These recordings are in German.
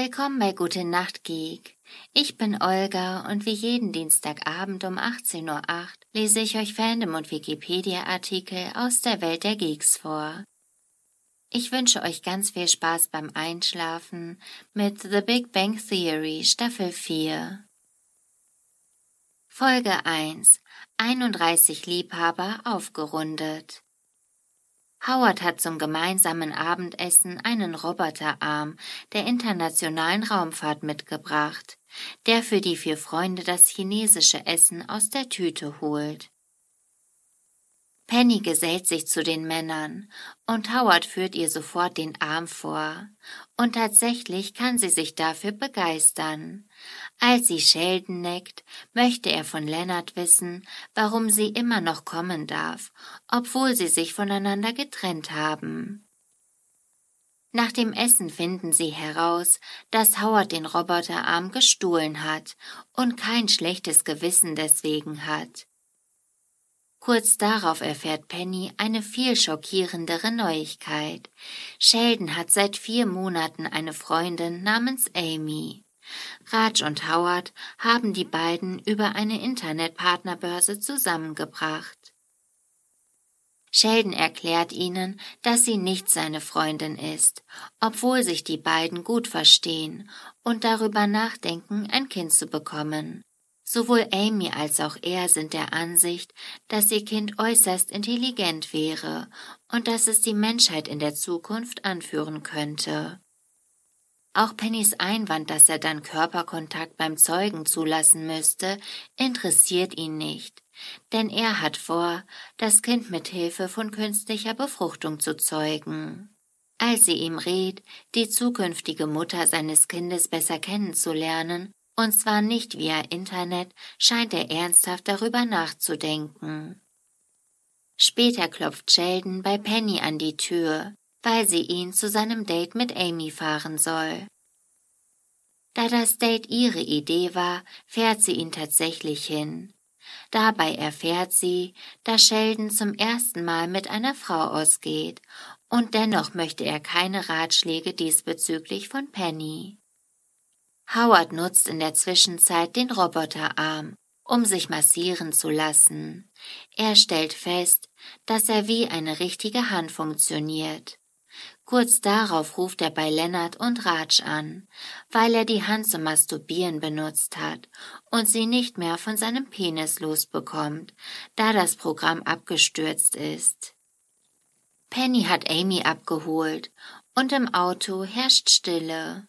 Willkommen bei Gute Nacht Geek. Ich bin Olga und wie jeden Dienstagabend um 18:08 Uhr lese ich euch Fandom- und Wikipedia-Artikel aus der Welt der Geeks vor. Ich wünsche euch ganz viel Spaß beim Einschlafen mit The Big Bang Theory Staffel 4. Folge 1: 31 Liebhaber aufgerundet. Howard hat zum gemeinsamen Abendessen einen Roboterarm der internationalen Raumfahrt mitgebracht, der für die 4 Freunde das chinesische Essen aus der Tüte holt. Penny gesellt sich zu den Männern und Howard führt ihr sofort den Arm vor. Und tatsächlich kann sie sich dafür begeistern. Als sie Sheldon neckt, möchte er von Leonard wissen, warum sie immer noch kommen darf, obwohl sie sich voneinander getrennt haben. Nach dem Essen finden sie heraus, dass Howard den Roboterarm gestohlen hat und kein schlechtes Gewissen deswegen hat. Kurz darauf erfährt Penny eine viel schockierendere Neuigkeit. Sheldon hat seit 4 Monaten eine Freundin namens Amy. Raj und Howard haben die beiden über eine Internetpartnerbörse zusammengebracht. Sheldon erklärt ihnen, dass sie nicht seine Freundin ist, obwohl sich die beiden gut verstehen und darüber nachdenken, ein Kind zu bekommen. Sowohl Amy als auch er sind der Ansicht, dass ihr Kind äußerst intelligent wäre und dass es die Menschheit in der Zukunft anführen könnte. Auch Pennys Einwand, dass er dann Körperkontakt beim Zeugen zulassen müsste, interessiert ihn nicht, denn er hat vor, das Kind mit Hilfe von künstlicher Befruchtung zu zeugen. Als sie ihm rät, die zukünftige Mutter seines Kindes besser kennenzulernen, und zwar nicht via Internet, scheint er ernsthaft darüber nachzudenken. Später klopft Sheldon bei Penny an die Tür, weil sie ihn zu seinem Date mit Amy fahren soll. Da das Date ihre Idee war, fährt sie ihn tatsächlich hin. Dabei erfährt sie, dass Sheldon zum ersten Mal mit einer Frau ausgeht und dennoch möchte er keine Ratschläge diesbezüglich von Penny. Howard nutzt in der Zwischenzeit den Roboterarm, um sich massieren zu lassen. Er stellt fest, dass er wie eine richtige Hand funktioniert. Kurz darauf ruft er bei Leonard und Raj an, weil er die Hand zum Masturbieren benutzt hat und sie nicht mehr von seinem Penis losbekommt, da das Programm abgestürzt ist. Penny hat Amy abgeholt und im Auto herrscht Stille.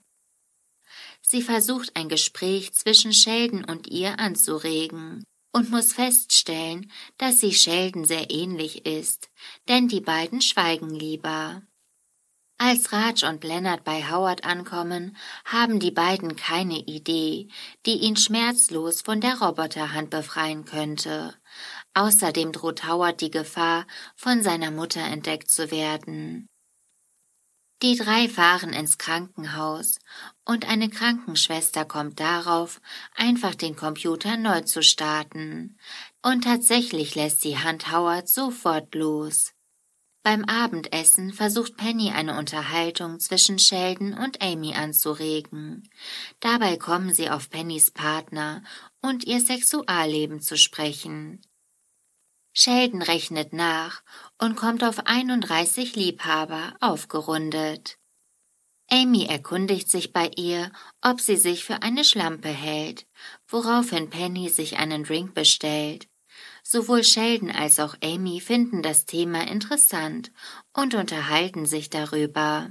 Sie versucht ein Gespräch zwischen Sheldon und ihr anzuregen und muss feststellen, dass sie Sheldon sehr ähnlich ist, denn die beiden schweigen lieber. Als Raj und Leonard bei Howard ankommen, haben die beiden keine Idee, die ihn schmerzlos von der Roboterhand befreien könnte. Außerdem droht Howard die Gefahr, von seiner Mutter entdeckt zu werden. Die 3 fahren ins Krankenhaus und eine Krankenschwester kommt darauf, einfach den Computer neu zu starten. Und tatsächlich lässt die Hand Howard sofort los. Beim Abendessen versucht Penny eine Unterhaltung zwischen Sheldon und Amy anzuregen. Dabei kommen sie auf Pennys Partner und ihr Sexualleben zu sprechen. Sheldon rechnet nach und kommt auf 31 Liebhaber aufgerundet. Amy erkundigt sich bei ihr, ob sie sich für eine Schlampe hält, woraufhin Penny sich einen Drink bestellt. Sowohl Sheldon als auch Amy finden das Thema interessant und unterhalten sich darüber.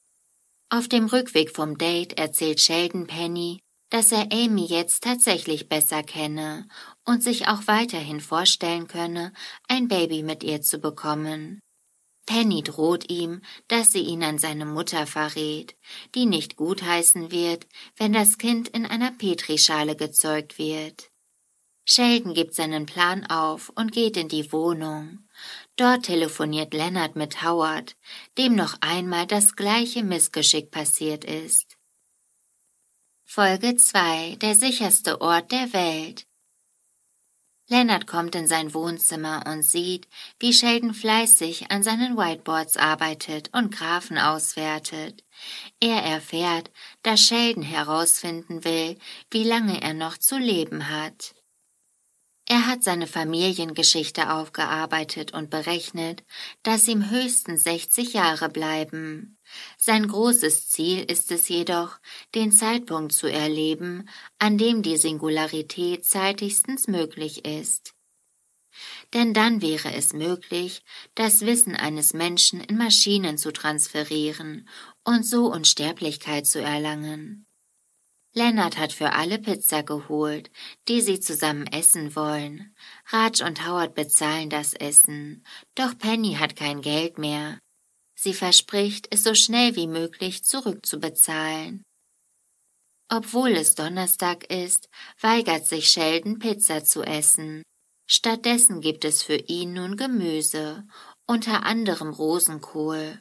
Auf dem Rückweg vom Date erzählt Sheldon Penny, dass er Amy jetzt tatsächlich besser kenne und sich auch weiterhin vorstellen könne, ein Baby mit ihr zu bekommen. Penny droht ihm, dass sie ihn an seine Mutter verrät, die nicht gutheißen wird, wenn das Kind in einer Petrischale gezeugt wird. Sheldon gibt seinen Plan auf und geht in die Wohnung. Dort telefoniert Leonard mit Howard, dem noch einmal das gleiche Missgeschick passiert ist. Folge 2: Der sicherste Ort der Welt. Leonard kommt in sein Wohnzimmer und sieht, wie Sheldon fleißig an seinen Whiteboards arbeitet und Graphen auswertet. Er erfährt, dass Sheldon herausfinden will, wie lange er noch zu leben hat. Er hat seine Familiengeschichte aufgearbeitet und berechnet, dass ihm höchstens 60 Jahre bleiben. Sein großes Ziel ist es jedoch, den Zeitpunkt zu erleben, an dem die Singularität zeitigstens möglich ist. Denn dann wäre es möglich, das Wissen eines Menschen in Maschinen zu transferieren und so Unsterblichkeit zu erlangen. Leonard hat für alle Pizza geholt, die sie zusammen essen wollen. Raj und Howard bezahlen das Essen, doch Penny hat kein Geld mehr. Sie verspricht, es so schnell wie möglich zurückzubezahlen. Obwohl es Donnerstag ist, weigert sich Sheldon, Pizza zu essen. Stattdessen gibt es für ihn nun Gemüse, unter anderem Rosenkohl.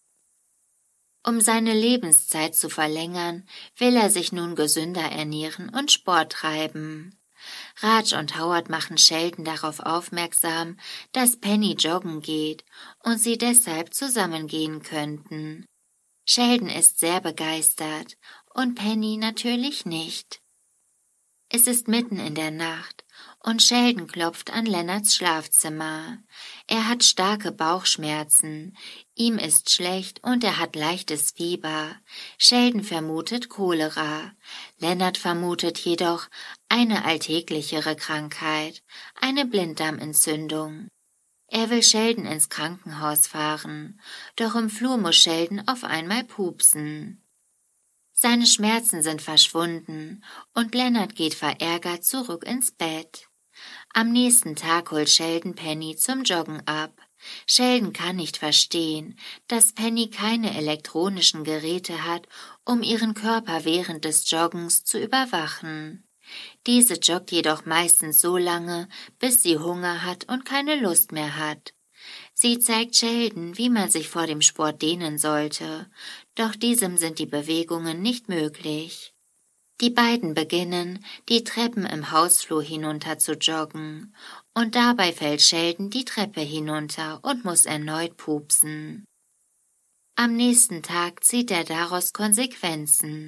Um seine Lebenszeit zu verlängern, will er sich nun gesünder ernähren und Sport treiben. Raj und Howard machen Sheldon darauf aufmerksam, dass Penny joggen geht und sie deshalb zusammengehen könnten. Sheldon ist sehr begeistert und Penny natürlich nicht. Es ist mitten in der Nacht und Sheldon klopft an Leonards Schlafzimmer. Er hat starke Bauchschmerzen, ihm ist schlecht und er hat leichtes Fieber. Sheldon vermutet Cholera, Leonard vermutet jedoch eine alltäglichere Krankheit, eine Blinddarmentzündung. Er will Sheldon ins Krankenhaus fahren, doch im Flur muss Sheldon auf einmal pupsen. Seine Schmerzen sind verschwunden und Leonard geht verärgert zurück ins Bett. Am nächsten Tag holt Sheldon Penny zum Joggen ab. Sheldon kann nicht verstehen, dass Penny keine elektronischen Geräte hat, um ihren Körper während des Joggens zu überwachen. Diese joggt jedoch meistens so lange, bis sie Hunger hat und keine Lust mehr hat. Sie zeigt Sheldon, wie man sich vor dem Sport dehnen sollte, doch diesem sind die Bewegungen nicht möglich. Die beiden beginnen, die Treppen im Hausflur hinunter zu joggen, und dabei fällt Sheldon die Treppe hinunter und muss erneut pupsen. Am nächsten Tag zieht er daraus Konsequenzen.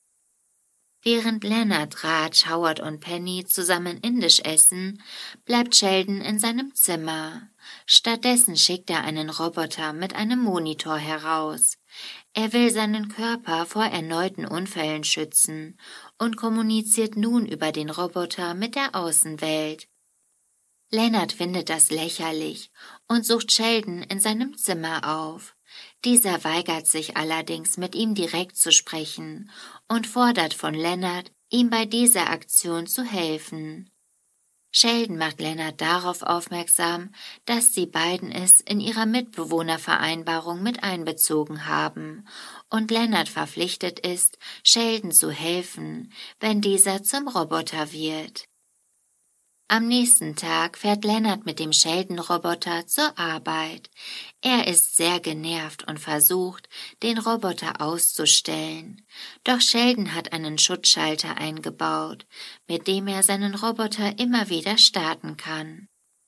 Während Leonard, Raj, Howard und Penny zusammen indisch essen, bleibt Sheldon in seinem Zimmer. Stattdessen schickt er einen Roboter mit einem Monitor heraus. Er will seinen Körper vor erneuten Unfällen schützen und kommuniziert nun über den Roboter mit der Außenwelt. Leonard findet das lächerlich und sucht Sheldon in seinem Zimmer auf. Dieser weigert sich allerdings, mit ihm direkt zu sprechen und fordert von Leonard, ihm bei dieser Aktion zu helfen. Sheldon macht Leonard darauf aufmerksam, dass die beiden es in ihrer Mitbewohnervereinbarung mit einbezogen haben und Leonard verpflichtet ist, Sheldon zu helfen, wenn dieser zum Roboter wird. Am nächsten Tag fährt Leonard mit dem Sheldon-Roboter zur Arbeit. Er ist sehr genervt und versucht, den Roboter auszustellen. Doch Sheldon hat einen Schutzschalter eingebaut, mit dem er seinen Roboter immer wieder starten kann.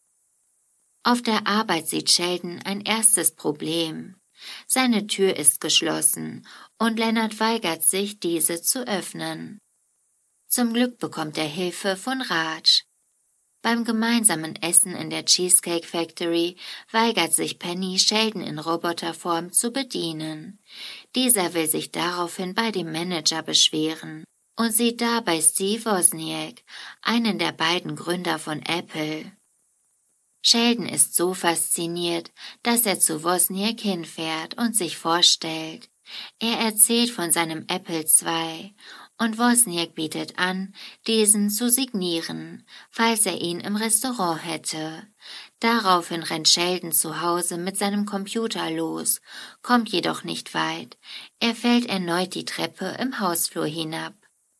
Auf der Arbeit sieht Sheldon ein erstes Problem. Seine Tür ist geschlossen und Leonard weigert sich, diese zu öffnen. Zum Glück bekommt er Hilfe von Raj. Beim gemeinsamen Essen in der Cheesecake Factory weigert sich Penny, Sheldon in Roboterform zu bedienen. Dieser will sich daraufhin bei dem Manager beschweren und sieht dabei Steve Wozniak, einen der beiden Gründer von Apple. Sheldon ist so fasziniert, dass er zu Wozniak hinfährt und sich vorstellt. Er erzählt von seinem Apple II und Wozniak bietet an, diesen zu signieren, falls er ihn im Restaurant hätte. Daraufhin rennt Sheldon zu Hause mit seinem Computer los, kommt jedoch nicht weit. Er fällt erneut die Treppe im Hausflur hinab.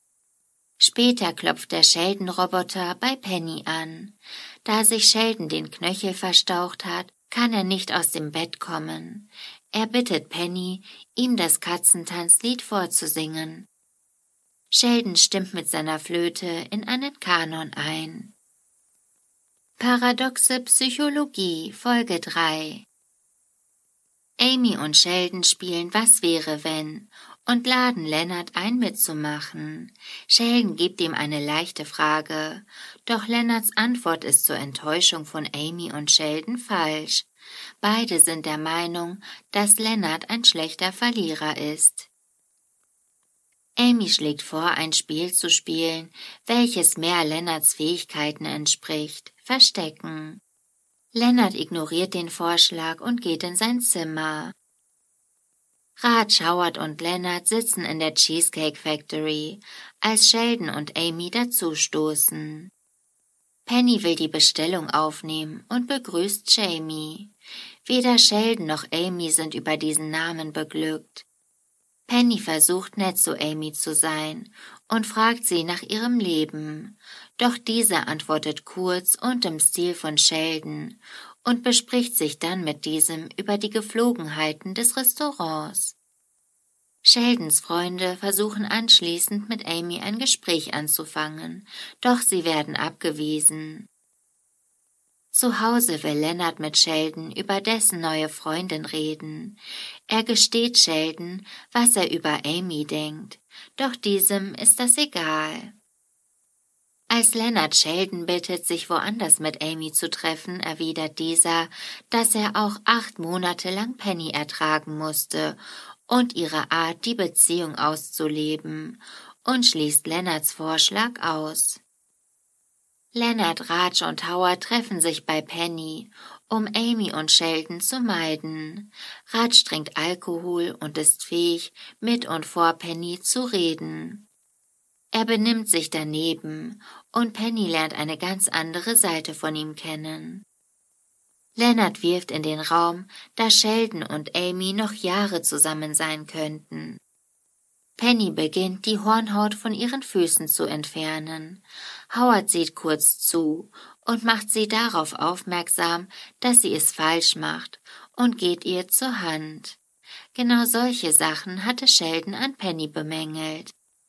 Später klopft der Sheldon-Roboter bei Penny an. Da sich Sheldon den Knöchel verstaucht hat, kann er nicht aus dem Bett kommen. Er bittet Penny, ihm das Katzentanzlied vorzusingen. Sheldon stimmt mit seiner Flöte in einen Kanon ein. Paradoxe Psychologie Folge 3. Amy und Sheldon spielen Was wäre wenn und laden Leonard ein mitzumachen. Sheldon gibt ihm eine leichte Frage, doch Leonards Antwort ist zur Enttäuschung von Amy und Sheldon falsch. Beide sind der Meinung, dass Leonard ein schlechter Verlierer ist. Amy schlägt vor, ein Spiel zu spielen, welches mehr Leonards Fähigkeiten entspricht, Verstecken. Leonard ignoriert den Vorschlag und geht in sein Zimmer. Raj, Howard und Leonard sitzen in der Cheesecake Factory, als Sheldon und Amy dazustoßen. Penny will die Bestellung aufnehmen und begrüßt Jamie. Weder Sheldon noch Amy sind über diesen Namen beglückt. Penny versucht nett zu Amy zu sein und fragt sie nach ihrem Leben, doch diese antwortet kurz und im Stil von Sheldon und bespricht sich dann mit diesem über die Gepflogenheiten des Restaurants. Sheldons Freunde versuchen anschließend mit Amy ein Gespräch anzufangen, doch sie werden abgewiesen. Zu Hause will Leonard mit Sheldon über dessen neue Freundin reden. Er gesteht Sheldon, was er über Amy denkt, doch diesem ist das egal. Als Leonard Sheldon bittet, sich woanders mit Amy zu treffen, erwidert dieser, dass er auch 8 Monate lang Penny ertragen musste und ihre Art, die Beziehung auszuleben, und schließt Leonards Vorschlag aus. Leonard, Raj und Howard treffen sich bei Penny, um Amy und Sheldon zu meiden. Raj trinkt Alkohol und ist fähig, mit und vor Penny zu reden. Er benimmt sich daneben und Penny lernt eine ganz andere Seite von ihm kennen. Leonard wirft in den Raum, dass Sheldon und Amy noch Jahre zusammen sein könnten. Penny beginnt, die Hornhaut von ihren Füßen zu entfernen. Howard sieht kurz zu und macht sie darauf aufmerksam, dass sie es falsch macht und geht ihr zur Hand. Genau solche Sachen hatte Sheldon an Penny bemängelt.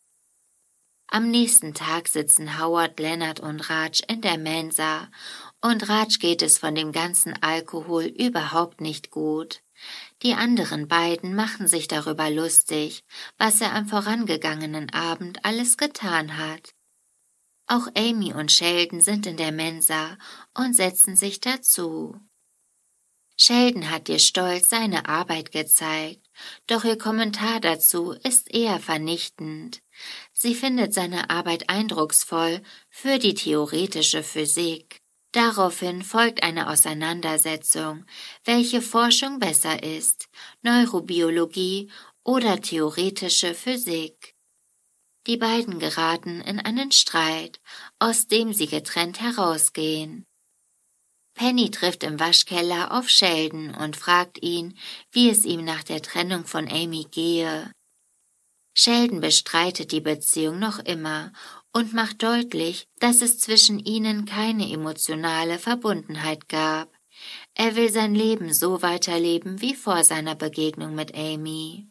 Am nächsten Tag sitzen Howard, Leonard und Raj in der Mensa und Raj geht es von dem ganzen Alkohol überhaupt nicht gut. Die anderen beiden machen sich darüber lustig, was er am vorangegangenen Abend alles getan hat. Auch Amy und Sheldon sind in der Mensa und setzen sich dazu. Sheldon hat ihr stolz seine Arbeit gezeigt, doch ihr Kommentar dazu ist eher vernichtend. Sie findet seine Arbeit eindrucksvoll für die theoretische Physik. Daraufhin folgt eine Auseinandersetzung, welche Forschung besser ist, Neurobiologie oder theoretische Physik. Die beiden geraten in einen Streit, aus dem sie getrennt herausgehen. Penny trifft im Waschkeller auf Sheldon und fragt ihn, wie es ihm nach der Trennung von Amy gehe. Sheldon bestreitet die Beziehung noch immer und macht deutlich, dass es zwischen ihnen keine emotionale Verbundenheit gab. Er will sein Leben so weiterleben wie vor seiner Begegnung mit Amy.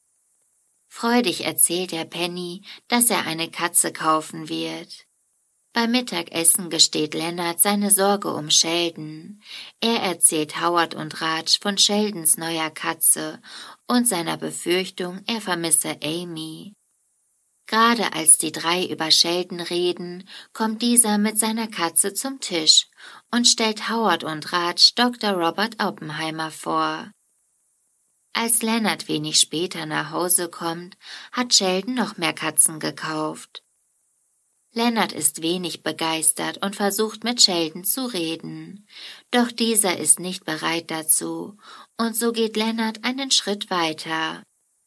Freudig erzählt er Penny, dass er eine Katze kaufen wird. Beim Mittagessen gesteht Leonard seine Sorge um Sheldon. Er erzählt Howard und Raj von Sheldons neuer Katze und seiner Befürchtung, er vermisse Amy. Gerade als die drei über Sheldon reden, kommt dieser mit seiner Katze zum Tisch und stellt Howard und Raj Dr. Robert Oppenheimer vor. Als Leonard wenig später nach Hause kommt, hat Sheldon noch mehr Katzen gekauft. Leonard ist wenig begeistert und versucht mit Sheldon zu reden, doch dieser ist nicht bereit dazu und so geht Leonard einen Schritt weiter.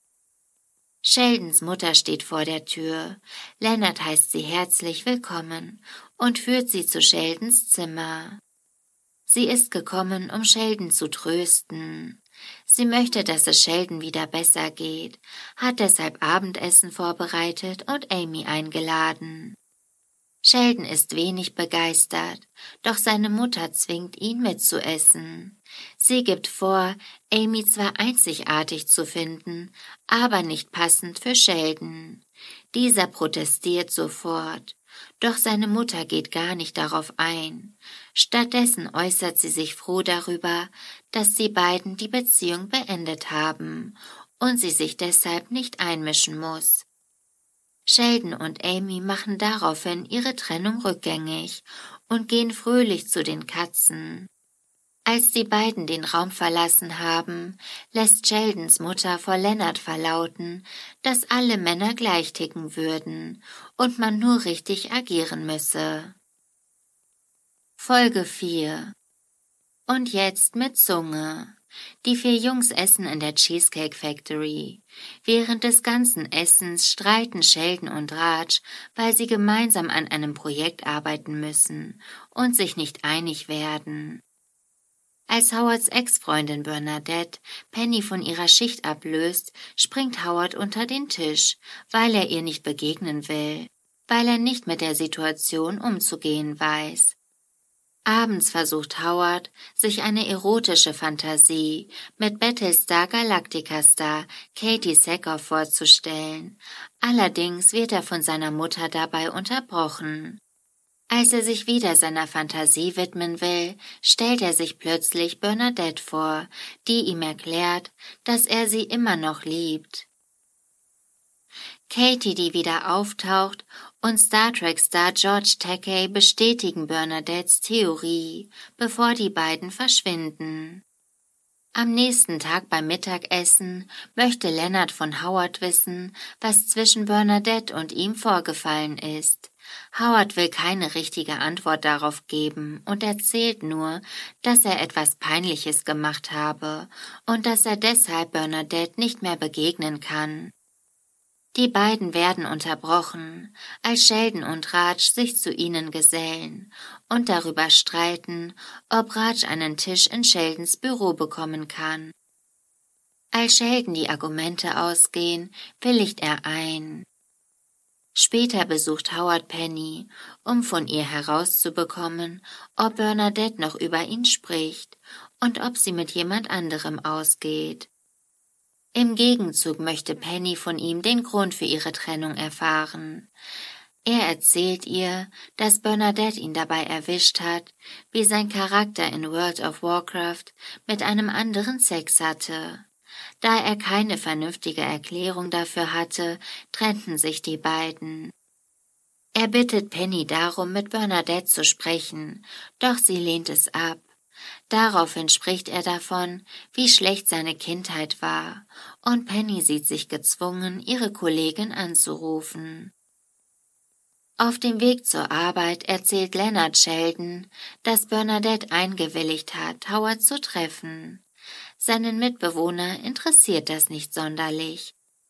Sheldons Mutter steht vor der Tür. Leonard heißt sie herzlich willkommen und führt sie zu Sheldons Zimmer. Sie ist gekommen, um Sheldon zu trösten. Sie möchte, dass es Sheldon wieder besser geht, hat deshalb Abendessen vorbereitet und Amy eingeladen. Sheldon ist wenig begeistert, doch seine Mutter zwingt ihn mitzuessen. Sie gibt vor, Amy zwar einzigartig zu finden, aber nicht passend für Sheldon. Dieser protestiert sofort Doch seine Mutter geht gar nicht darauf ein. Stattdessen äußert sie sich froh darüber, dass die beiden die Beziehung beendet haben und sie sich deshalb nicht einmischen muss. Sheldon und Amy machen daraufhin ihre Trennung rückgängig und gehen fröhlich zu den Katzen. Als die beiden den Raum verlassen haben, lässt Sheldons Mutter vor Leonard verlauten, dass alle Männer gleich ticken würden und man nur richtig agieren müsse. Folge 4. Und jetzt mit Zunge. Die 4 Jungs essen in der Cheesecake Factory. Während des ganzen Essens streiten Sheldon und Raj, weil sie gemeinsam an einem Projekt arbeiten müssen und sich nicht einig werden. Als Howards Ex-Freundin Bernadette Penny von ihrer Schicht ablöst, springt Howard unter den Tisch, weil er ihr nicht begegnen will, weil er nicht mit der Situation umzugehen weiß. Abends versucht Howard, sich eine erotische Fantasie mit Battlestar Galactica-Star Katie Sackhoff vorzustellen. Allerdings wird er von seiner Mutter dabei unterbrochen. Als er sich wieder seiner Fantasie widmen will, stellt er sich plötzlich Bernadette vor, die ihm erklärt, dass er sie immer noch liebt. Katie, die wieder auftaucht, und Star Trek-Star George Takei bestätigen Bernadettes Theorie, bevor die beiden verschwinden. Am nächsten Tag beim Mittagessen möchte Leonard von Howard wissen, was zwischen Bernadette und ihm vorgefallen ist. Howard will keine richtige Antwort darauf geben und erzählt nur, dass er etwas Peinliches gemacht habe und dass er deshalb Bernadette nicht mehr begegnen kann. Die beiden werden unterbrochen, als Sheldon und Raj sich zu ihnen gesellen und darüber streiten, ob Raj einen Tisch in Sheldons Büro bekommen kann. Als Sheldon die Argumente ausgehen, willigt er ein. Später besucht Howard Penny, um von ihr herauszubekommen, ob Bernadette noch über ihn spricht und ob sie mit jemand anderem ausgeht. Im Gegenzug möchte Penny von ihm den Grund für ihre Trennung erfahren. Er erzählt ihr, dass Bernadette ihn dabei erwischt hat, wie sein Charakter in World of Warcraft mit einem anderen Sex hatte. Da er keine vernünftige Erklärung dafür hatte, trennten sich die beiden. Er bittet Penny darum, mit Bernadette zu sprechen, doch sie lehnt es ab. Daraufhin spricht er davon, wie schlecht seine Kindheit war, und Penny sieht sich gezwungen, ihre Kollegin anzurufen. Auf dem Weg zur Arbeit erzählt Leonard Sheldon, dass Bernadette eingewilligt hat, Howard zu treffen. Seinen Mitbewohner interessiert das nicht sonderlich.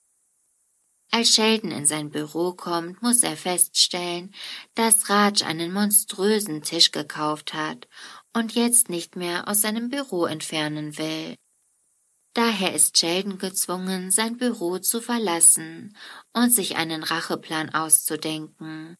Als Sheldon in sein Büro kommt, muss er feststellen, dass Raj einen monströsen Tisch gekauft hat und jetzt nicht mehr aus seinem Büro entfernen will. Daher ist Sheldon gezwungen, sein Büro zu verlassen und sich einen Racheplan auszudenken.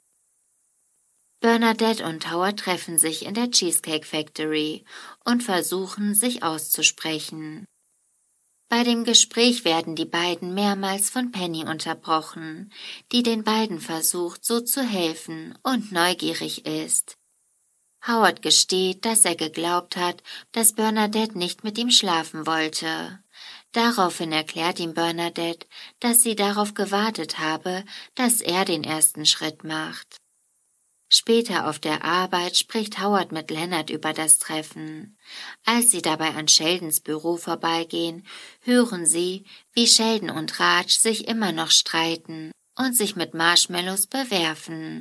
Bernadette und Howard treffen sich in der Cheesecake Factory und versuchen, sich auszusprechen. Bei dem Gespräch werden die beiden mehrmals von Penny unterbrochen, die den beiden versucht, so zu helfen und neugierig ist. Howard gesteht, dass er geglaubt hat, dass Bernadette nicht mit ihm schlafen wollte. Daraufhin erklärt ihm Bernadette, dass sie darauf gewartet habe, dass er den ersten Schritt macht. Später auf der Arbeit spricht Howard mit Leonard über das Treffen. Als sie dabei an Sheldons Büro vorbeigehen, hören sie, wie Sheldon und Raj sich immer noch streiten und sich mit Marshmallows bewerfen.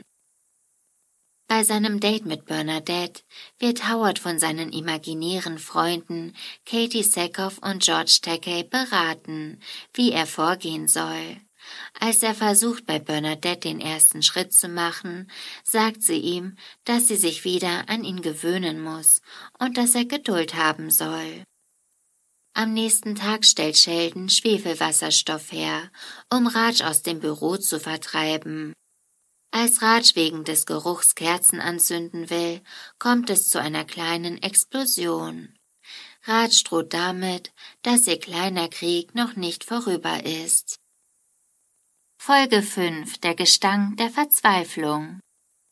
Bei seinem Date mit Bernadette wird Howard von seinen imaginären Freunden Katie Sackhoff und George Takei beraten, wie er vorgehen soll. Als er versucht, bei Bernadette den ersten Schritt zu machen, sagt sie ihm, dass sie sich wieder an ihn gewöhnen muss und dass er Geduld haben soll. Am nächsten Tag stellt Sheldon Schwefelwasserstoff her, um Raj aus dem Büro zu vertreiben. Als Raj wegen des Geruchs Kerzen anzünden will, kommt es zu einer kleinen Explosion. Raj droht damit, dass ihr kleiner Krieg noch nicht vorüber ist. Folge 5: Der Gestank der Verzweiflung.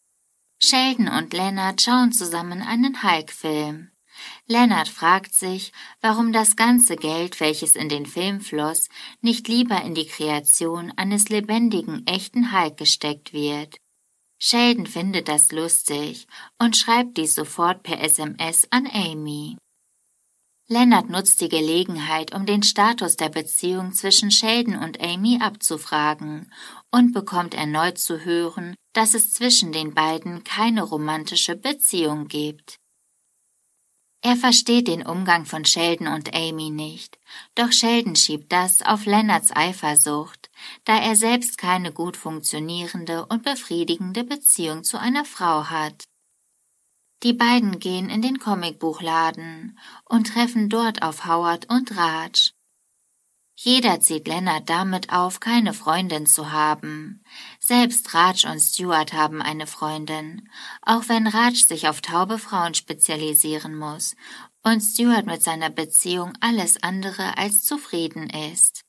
Sheldon und Leonard schauen zusammen einen Hulk-Film. Leonard fragt sich, warum das ganze Geld, welches in den Film floss, nicht lieber in die Kreation eines lebendigen, echten Hulk gesteckt wird. Sheldon findet das lustig und schreibt dies sofort per SMS an Amy. Leonard nutzt die Gelegenheit, um den Status der Beziehung zwischen Sheldon und Amy abzufragen und bekommt erneut zu hören, dass es zwischen den beiden keine romantische Beziehung gibt. Er versteht den Umgang von Sheldon und Amy nicht, doch Sheldon schiebt das auf Leonards Eifersucht, da er selbst keine gut funktionierende und befriedigende Beziehung zu einer Frau hat. Die beiden gehen in den Comicbuchladen und treffen dort auf Howard und Raj. Jeder zieht Leonard damit auf, keine Freundin zu haben. Selbst Raj und Stuart haben eine Freundin, auch wenn Raj sich auf taube Frauen spezialisieren muss und Stuart mit seiner Beziehung alles andere als zufrieden ist.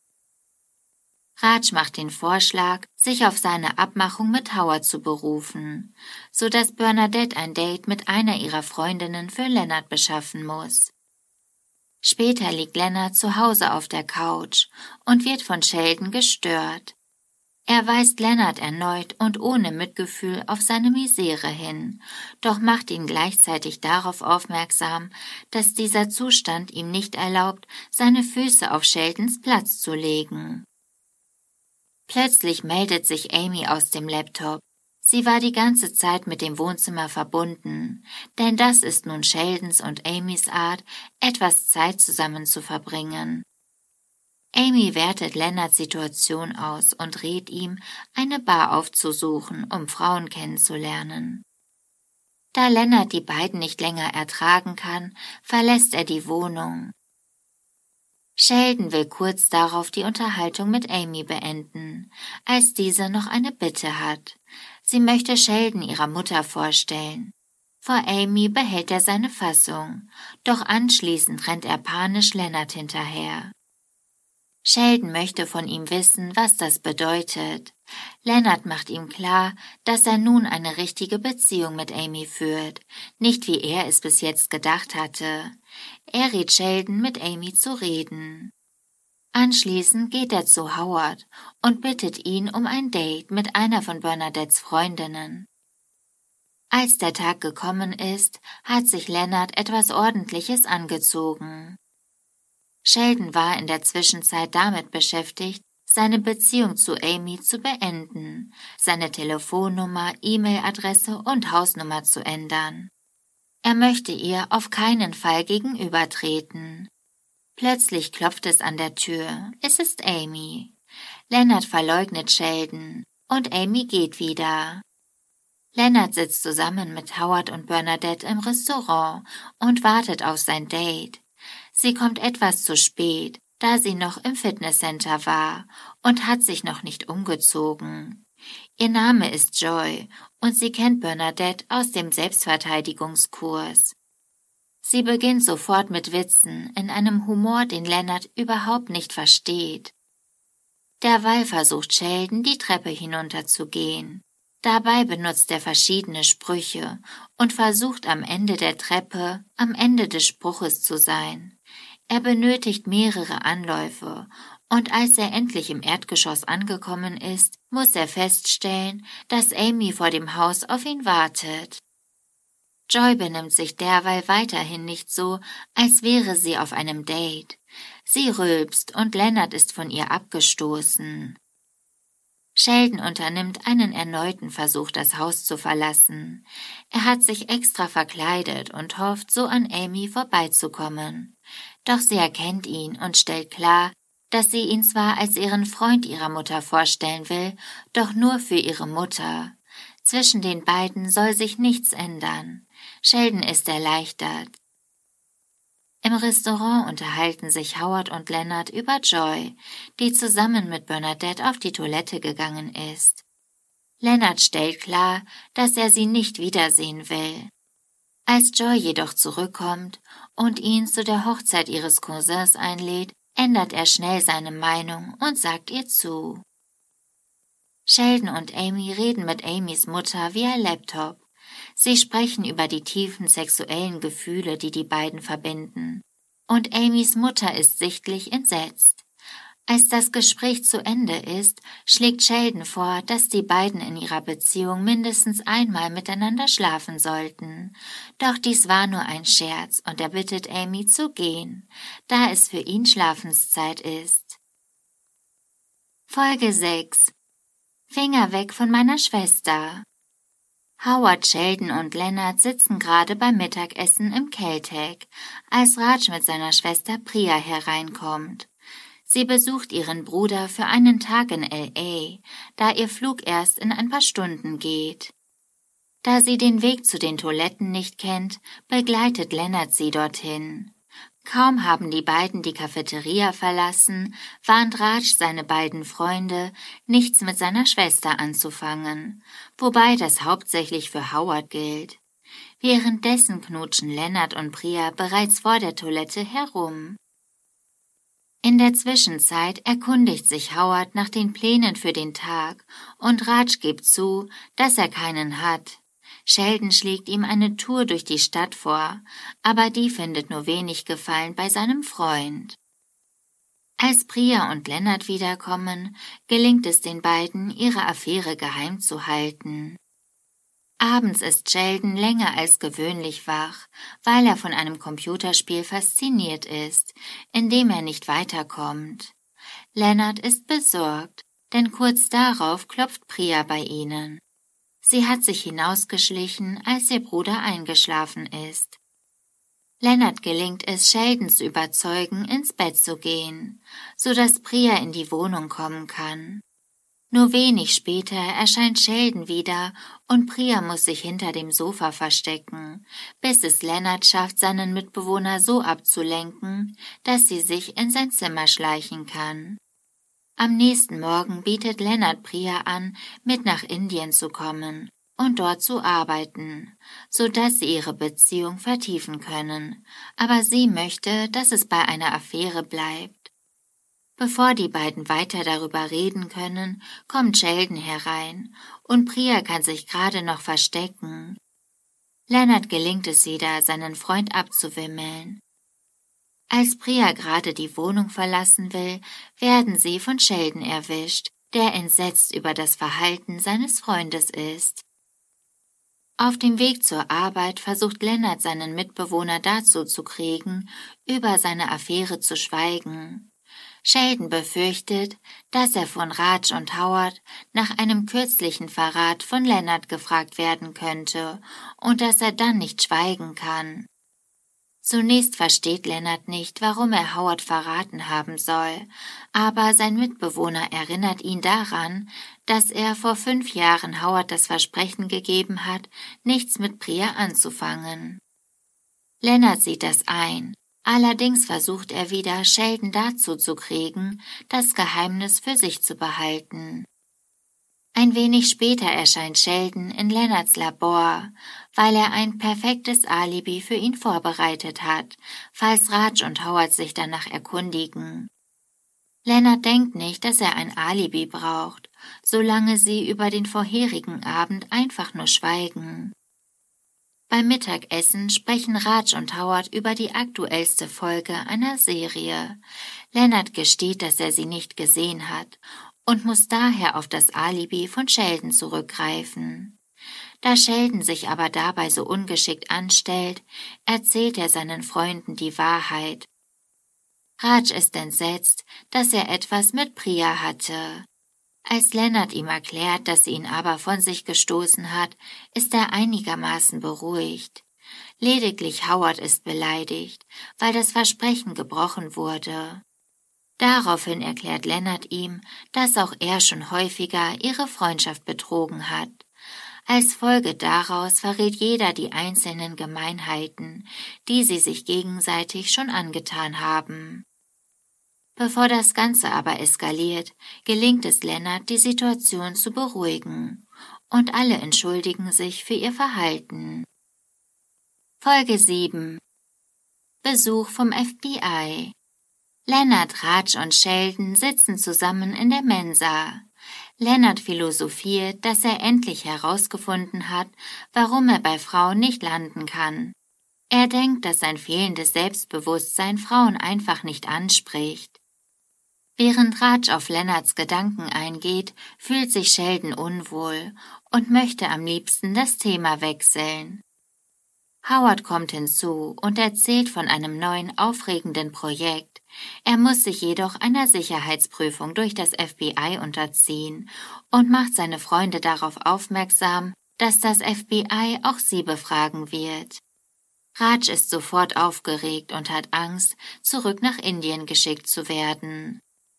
Raj macht den Vorschlag, sich auf seine Abmachung mit Howard zu berufen, so dass Bernadette ein Date mit einer ihrer Freundinnen für Leonard beschaffen muss. Später liegt Leonard zu Hause auf der Couch und wird von Sheldon gestört. Er weist Leonard erneut und ohne Mitgefühl auf seine Misere hin, doch macht ihn gleichzeitig darauf aufmerksam, dass dieser Zustand ihm nicht erlaubt, seine Füße auf Sheldons Platz zu legen. Plötzlich meldet sich Amy aus dem Laptop. Sie war die ganze Zeit mit dem Wohnzimmer verbunden, denn das ist nun Sheldons und Amys Art, etwas Zeit zusammen zu verbringen. Amy wertet Leonards Situation aus und rät ihm, eine Bar aufzusuchen, um Frauen kennenzulernen. Da Leonard die beiden nicht länger ertragen kann, verlässt er die Wohnung. Sheldon will kurz darauf die Unterhaltung mit Amy beenden, als diese noch eine Bitte hat. Sie möchte Sheldon ihrer Mutter vorstellen. Vor Amy behält er seine Fassung, doch anschließend rennt er panisch Leonard hinterher. Sheldon möchte von ihm wissen, was das bedeutet. Leonard macht ihm klar, dass er nun eine richtige Beziehung mit Amy führt, nicht wie er es bis jetzt gedacht hatte. Er rät Sheldon, mit Amy zu reden. Anschließend geht er zu Howard und bittet ihn um ein Date mit einer von Bernadettes Freundinnen. Als der Tag gekommen ist, hat sich Leonard etwas Ordentliches angezogen. Sheldon war in der Zwischenzeit damit beschäftigt, seine Beziehung zu Amy zu beenden, seine Telefonnummer, E-Mail-Adresse und Hausnummer zu ändern. Er möchte ihr auf keinen Fall gegenübertreten. Plötzlich klopft es an der Tür. Es ist Amy. Leonard verleugnet Sheldon und Amy geht wieder. Leonard sitzt zusammen mit Howard und Bernadette im Restaurant und wartet auf sein Date. Sie kommt etwas zu spät, da sie noch im Fitnesscenter war und hat sich noch nicht umgezogen. Ihr Name ist Joy und sie kennt Bernadette aus dem Selbstverteidigungskurs. Sie beginnt sofort mit Witzen in einem Humor, den Leonard überhaupt nicht versteht. Derweil versucht Sheldon, die Treppe hinunterzugehen. Dabei benutzt er verschiedene Sprüche und versucht am Ende der Treppe, am Ende des Spruches zu sein. Er benötigt mehrere Anläufe und als er endlich im Erdgeschoss angekommen ist, muss er feststellen, dass Amy vor dem Haus auf ihn wartet. Joy benimmt sich derweil weiterhin nicht so, als wäre sie auf einem Date. Sie rülpst und Leonard ist von ihr abgestoßen. Sheldon unternimmt einen erneuten Versuch, das Haus zu verlassen. Er hat sich extra verkleidet und hofft, so an Amy vorbeizukommen. Doch sie erkennt ihn und stellt klar, dass sie ihn zwar als ihren Freund ihrer Mutter vorstellen will, doch nur für ihre Mutter. Zwischen den beiden soll sich nichts ändern. Sheldon ist erleichtert. Im Restaurant unterhalten sich Howard und Leonard über Joy, die zusammen mit Bernadette auf die Toilette gegangen ist. Leonard stellt klar, dass er sie nicht wiedersehen will. Als Joy jedoch zurückkommt und ihn zu der Hochzeit ihres Cousins einlädt, ändert er schnell seine Meinung und sagt ihr zu. Sheldon und Amy reden mit Amys Mutter via Laptop. Sie sprechen über die tiefen sexuellen Gefühle, die die beiden verbinden. Und Amys Mutter ist sichtlich entsetzt. Als das Gespräch zu Ende ist, schlägt Sheldon vor, dass die beiden in ihrer Beziehung mindestens einmal miteinander schlafen sollten. Doch dies war nur ein Scherz und er bittet Amy zu gehen, da es für ihn Schlafenszeit ist. Folge 6. Finger weg von meiner Schwester. Howard, Sheldon und Leonard sitzen gerade beim Mittagessen im Caltech, als Raj mit seiner Schwester Priya hereinkommt. Sie besucht ihren Bruder für einen Tag in L.A., da ihr Flug erst in ein paar Stunden geht. Da sie den Weg zu den Toiletten nicht kennt, begleitet Leonard sie dorthin. Kaum haben die beiden die Cafeteria verlassen, warnt Raj seine beiden Freunde, nichts mit seiner Schwester anzufangen, wobei das hauptsächlich für Howard gilt. Währenddessen knutschen Leonard und Priya bereits vor der Toilette herum. In der Zwischenzeit erkundigt sich Howard nach den Plänen für den Tag und Raj gibt zu, dass er keinen hat. Sheldon schlägt ihm eine Tour durch die Stadt vor, aber die findet nur wenig Gefallen bei seinem Freund. Als Priya und Leonard wiederkommen, gelingt es den beiden, ihre Affäre geheim zu halten. Abends ist Sheldon länger als gewöhnlich wach, weil er von einem Computerspiel fasziniert ist, in dem er nicht weiterkommt. Leonard ist besorgt, denn kurz darauf klopft Priya bei ihnen. Sie hat sich hinausgeschlichen, als ihr Bruder eingeschlafen ist. Leonard gelingt es, Sheldon zu überzeugen, ins Bett zu gehen, so dass Priya in die Wohnung kommen kann. Nur wenig später erscheint Sheldon wieder und Priya muss sich hinter dem Sofa verstecken, bis es Leonard schafft, seinen Mitbewohner so abzulenken, dass sie sich in sein Zimmer schleichen kann. Am nächsten Morgen bietet Leonard Priya an, mit nach Indien zu kommen und dort zu arbeiten, so dass sie ihre Beziehung vertiefen können, aber sie möchte, dass es bei einer Affäre bleibt. Bevor die beiden weiter darüber reden können, kommt Sheldon herein und Priya kann sich gerade noch verstecken. Leonard gelingt es wieder, seinen Freund abzuwimmeln. Als Priya gerade die Wohnung verlassen will, werden sie von Sheldon erwischt, der entsetzt über das Verhalten seines Freundes ist. Auf dem Weg zur Arbeit versucht Leonard seinen Mitbewohner dazu zu kriegen, über seine Affäre zu schweigen. Sheldon befürchtet, dass er von Raj und Howard nach einem kürzlichen Verrat von Leonard gefragt werden könnte und dass er dann nicht schweigen kann. Zunächst versteht Leonard nicht, warum er Howard verraten haben soll, aber sein Mitbewohner erinnert ihn daran, dass er vor 5 Jahren Howard das Versprechen gegeben hat, nichts mit Priya anzufangen. Leonard sieht das ein. Allerdings versucht er wieder, Sheldon dazu zu kriegen, das Geheimnis für sich zu behalten. Ein wenig später erscheint Sheldon in Leonards Labor, weil er ein perfektes Alibi für ihn vorbereitet hat, falls Raj und Howard sich danach erkundigen. Leonard denkt nicht, dass er ein Alibi braucht, solange sie über den vorherigen Abend einfach nur schweigen. Beim Mittagessen sprechen Raj und Howard über die aktuellste Folge einer Serie. Leonard gesteht, dass er sie nicht gesehen hat und muss daher auf das Alibi von Sheldon zurückgreifen. Da Sheldon sich aber dabei so ungeschickt anstellt, erzählt er seinen Freunden die Wahrheit. Raj ist entsetzt, dass er etwas mit Priya hatte. Als Leonard ihm erklärt, dass sie ihn aber von sich gestoßen hat, ist er einigermaßen beruhigt. Lediglich Howard ist beleidigt, weil das Versprechen gebrochen wurde. Daraufhin erklärt Leonard ihm, dass auch er schon häufiger ihre Freundschaft betrogen hat. Als Folge daraus verrät jeder die einzelnen Gemeinheiten, die sie sich gegenseitig schon angetan haben. Bevor das Ganze aber eskaliert, gelingt es Leonard, die Situation zu beruhigen, und alle entschuldigen sich für ihr Verhalten. Folge 7. Besuch vom FBI. Leonard, Raj und Sheldon sitzen zusammen in der Mensa. Leonard philosophiert, dass er endlich herausgefunden hat, warum er bei Frauen nicht landen kann. Er denkt, dass sein fehlendes Selbstbewusstsein Frauen einfach nicht anspricht. Während Raj auf Leonards Gedanken eingeht, fühlt sich Sheldon unwohl und möchte am liebsten das Thema wechseln. Howard kommt hinzu und erzählt von einem neuen, aufregenden Projekt. Er muss sich jedoch einer Sicherheitsprüfung durch das FBI unterziehen und macht seine Freunde darauf aufmerksam, dass das FBI auch sie befragen wird. Raj ist sofort aufgeregt und hat Angst, zurück nach Indien geschickt zu werden.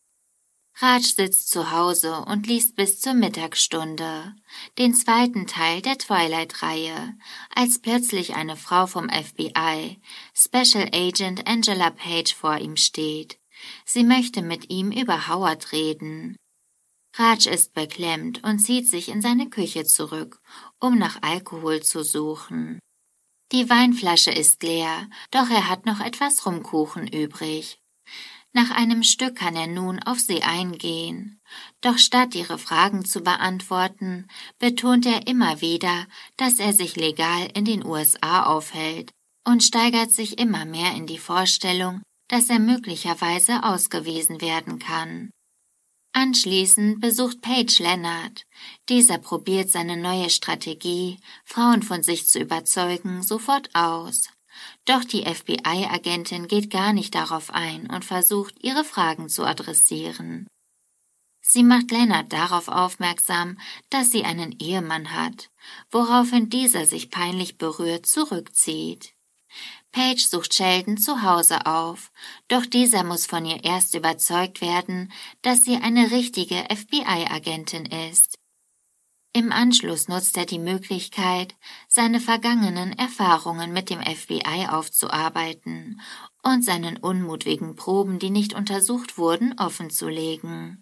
Raj sitzt zu Hause und liest bis zur Mittagsstunde, den zweiten Teil der Twilight-Reihe, als plötzlich eine Frau vom FBI, Special Agent Angela Page, vor ihm steht. Sie möchte mit ihm über Howard reden. Raj ist beklemmt und zieht sich in seine Küche zurück, um nach Alkohol zu suchen. Die Weinflasche ist leer, doch er hat noch etwas Rumkuchen übrig. Nach einem Stück kann er nun auf sie eingehen, doch statt ihre Fragen zu beantworten, betont er immer wieder, dass er sich legal in den USA aufhält und steigert sich immer mehr in die Vorstellung, dass er möglicherweise ausgewiesen werden kann. Anschließend besucht Paige Leonard. Dieser probiert seine neue Strategie, Frauen von sich zu überzeugen, sofort aus. Doch die FBI-Agentin geht gar nicht darauf ein und versucht, ihre Fragen zu adressieren. Sie macht Leonard darauf aufmerksam, dass sie einen Ehemann hat, woraufhin dieser sich peinlich berührt zurückzieht. Paige sucht Sheldon zu Hause auf, doch dieser muss von ihr erst überzeugt werden, dass sie eine richtige FBI-Agentin ist. Im Anschluss nutzt er die Möglichkeit, seine vergangenen Erfahrungen mit dem FBI aufzuarbeiten und seinen Unmut wegen Proben, die nicht untersucht wurden, offenzulegen.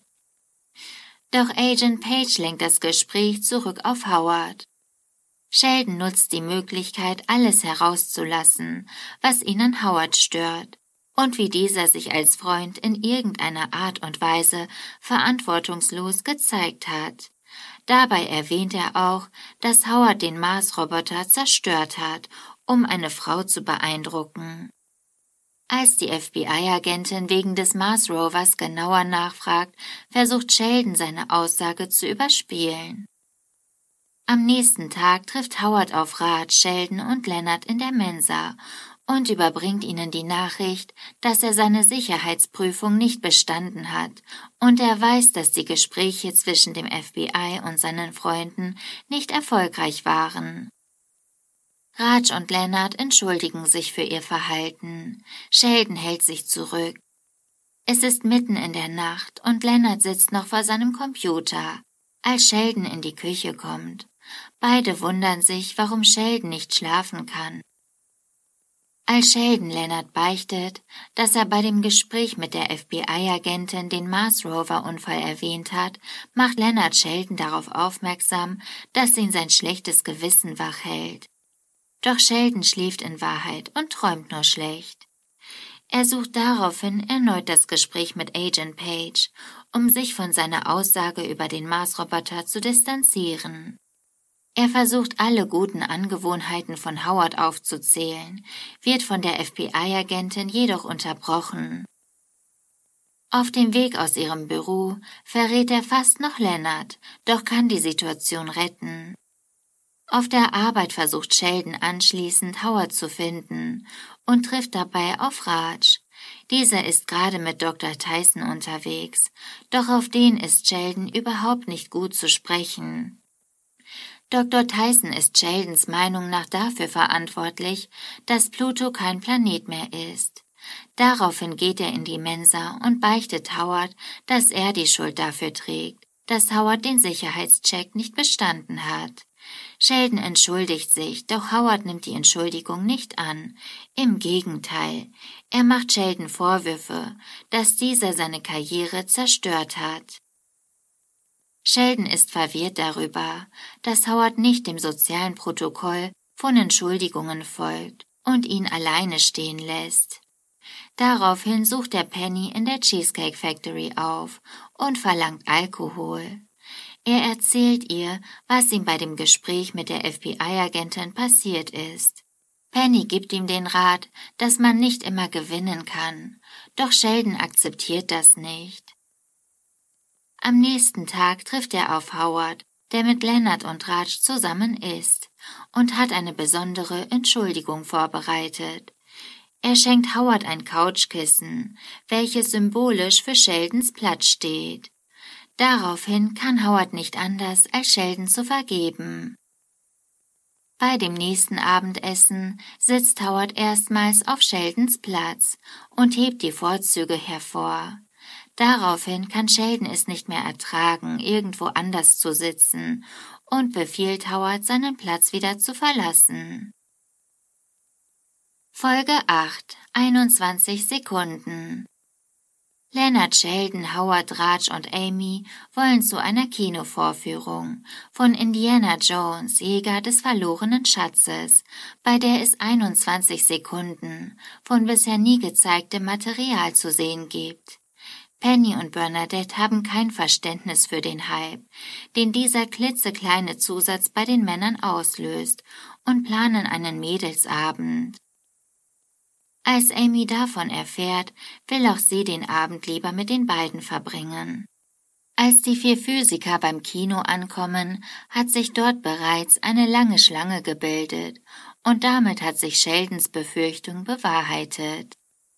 Doch Agent Page lenkt das Gespräch zurück auf Howard. Sheldon nutzt die Möglichkeit, alles herauszulassen, was ihn an Howard stört, und wie dieser sich als Freund in irgendeiner Art und Weise verantwortungslos gezeigt hat. Dabei erwähnt er auch, dass Howard den Mars-Roboter zerstört hat, um eine Frau zu beeindrucken. Als die FBI-Agentin wegen des Mars-Rovers genauer nachfragt, versucht Sheldon seine Aussage zu überspielen. Am nächsten Tag trifft Howard auf Raj, Sheldon und Leonard in der Mensa und überbringt ihnen die Nachricht, dass er seine Sicherheitsprüfung nicht bestanden hat, und er weiß, dass die Gespräche zwischen dem FBI und seinen Freunden nicht erfolgreich waren. Raj und Leonard entschuldigen sich für ihr Verhalten. Sheldon hält sich zurück. Es ist mitten in der Nacht und Leonard sitzt noch vor seinem Computer, als Sheldon in die Küche kommt. Beide wundern sich, warum Sheldon nicht schlafen kann. Als Sheldon Leonard beichtet, dass er bei dem Gespräch mit der FBI-Agentin den Mars-Rover-Unfall erwähnt hat, macht Leonard Sheldon darauf aufmerksam, dass ihn sein schlechtes Gewissen wach hält. Doch Sheldon schläft in Wahrheit und träumt nur schlecht. Er sucht daraufhin erneut das Gespräch mit Agent Page, um sich von seiner Aussage über den Mars-Roboter zu distanzieren. Er versucht, alle guten Angewohnheiten von Howard aufzuzählen, wird von der FBI-Agentin jedoch unterbrochen. Auf dem Weg aus ihrem Büro verrät er fast noch Leonard, doch kann die Situation retten. Auf der Arbeit versucht Sheldon anschließend, Howard zu finden und trifft dabei auf Raj. Dieser ist gerade mit Dr. Tyson unterwegs, doch auf den ist Sheldon überhaupt nicht gut zu sprechen. Dr. Tyson ist Sheldons Meinung nach dafür verantwortlich, dass Pluto kein Planet mehr ist. Daraufhin geht er in die Mensa und beichtet Howard, dass er die Schuld dafür trägt, dass Howard den Sicherheitscheck nicht bestanden hat. Sheldon entschuldigt sich, doch Howard nimmt die Entschuldigung nicht an. Im Gegenteil, er macht Sheldon Vorwürfe, dass dieser seine Karriere zerstört hat. Sheldon ist verwirrt darüber, dass Howard nicht dem sozialen Protokoll von Entschuldigungen folgt und ihn alleine stehen lässt. Daraufhin sucht er Penny in der Cheesecake Factory auf und verlangt Alkohol. Er erzählt ihr, was ihm bei dem Gespräch mit der FBI-Agentin passiert ist. Penny gibt ihm den Rat, dass man nicht immer gewinnen kann, doch Sheldon akzeptiert das nicht. Am nächsten Tag trifft er auf Howard, der mit Leonard und Raj zusammen isst und hat eine besondere Entschuldigung vorbereitet. Er schenkt Howard ein Couchkissen, welches symbolisch für Sheldons Platz steht. Daraufhin kann Howard nicht anders, als Sheldon zu vergeben. Bei dem nächsten Abendessen sitzt Howard erstmals auf Sheldons Platz und hebt die Vorzüge hervor. Daraufhin kann Sheldon es nicht mehr ertragen, irgendwo anders zu sitzen und befiehlt Howard, seinen Platz wieder zu verlassen. Folge 8: 21 Sekunden. Leonard, Sheldon, Howard, Raj und Amy wollen zu einer Kinovorführung von Indiana Jones, Jäger des verlorenen Schatzes, bei der es 21 Sekunden von bisher nie gezeigtem Material zu sehen gibt. Penny und Bernadette haben kein Verständnis für den Hype, den dieser klitzekleine Zusatz bei den Männern auslöst, und planen einen Mädelsabend. Als Amy davon erfährt, will auch sie den Abend lieber mit den beiden verbringen. Als die 4 Physiker beim Kino ankommen, hat sich dort bereits eine lange Schlange gebildet, und damit hat sich Sheldons Befürchtung bewahrheitet.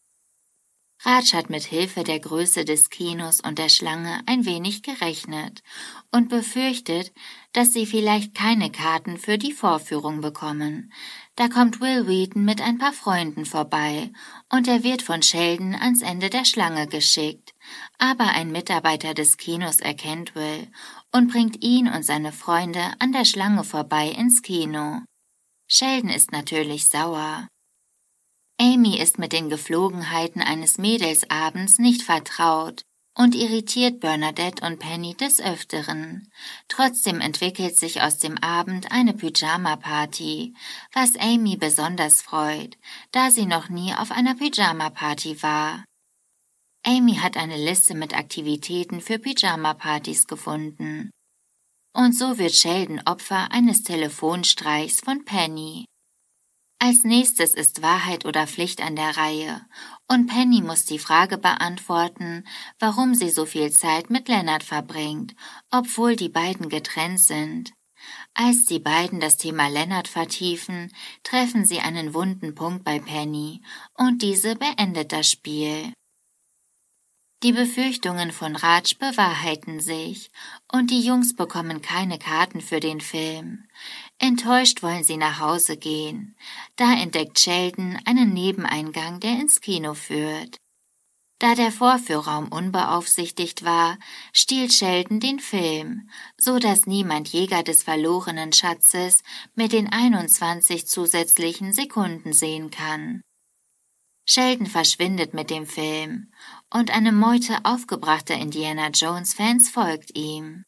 Raj hat mit Hilfe der Größe des Kinos und der Schlange ein wenig gerechnet und befürchtet, dass sie vielleicht keine Karten für die Vorführung bekommen. Da kommt Will Wheaton mit ein paar Freunden vorbei und er wird von Sheldon ans Ende der Schlange geschickt. Aber ein Mitarbeiter des Kinos erkennt Will und bringt ihn und seine Freunde an der Schlange vorbei ins Kino. Sheldon ist natürlich sauer. Amy ist mit den Geflogenheiten eines Mädelsabends nicht vertraut und irritiert Bernadette und Penny des Öfteren. Trotzdem entwickelt sich aus dem Abend eine Pyjama-Party, was Amy besonders freut, da sie noch nie auf einer Pyjama-Party war. Amy hat eine Liste mit Aktivitäten für Pyjama-Partys gefunden. Und so wird Sheldon Opfer eines Telefonstreichs von Penny. Als nächstes ist Wahrheit oder Pflicht an der Reihe und Penny muss die Frage beantworten, warum sie so viel Zeit mit Leonard verbringt, obwohl die beiden getrennt sind. Als die beiden das Thema Leonard vertiefen, treffen sie einen wunden Punkt bei Penny und diese beendet das Spiel. Die Befürchtungen von Raj bewahrheiten sich und die Jungs bekommen keine Karten für den Film. Enttäuscht wollen sie nach Hause gehen. Da entdeckt Sheldon einen Nebeneingang, der ins Kino führt. Da der Vorführraum unbeaufsichtigt war, stiehlt Sheldon den Film, so dass niemand Jäger des verlorenen Schatzes mit den 21 zusätzlichen Sekunden sehen kann. Sheldon verschwindet mit dem Film und eine Meute aufgebrachter Indiana Jones-Fans folgt ihm.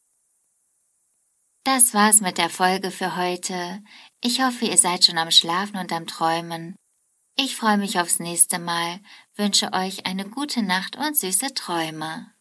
Das war's mit der Folge für heute. Ich hoffe, ihr seid schon am Schlafen und am Träumen. Ich freue mich aufs nächste Mal, wünsche euch eine gute Nacht und süße Träume.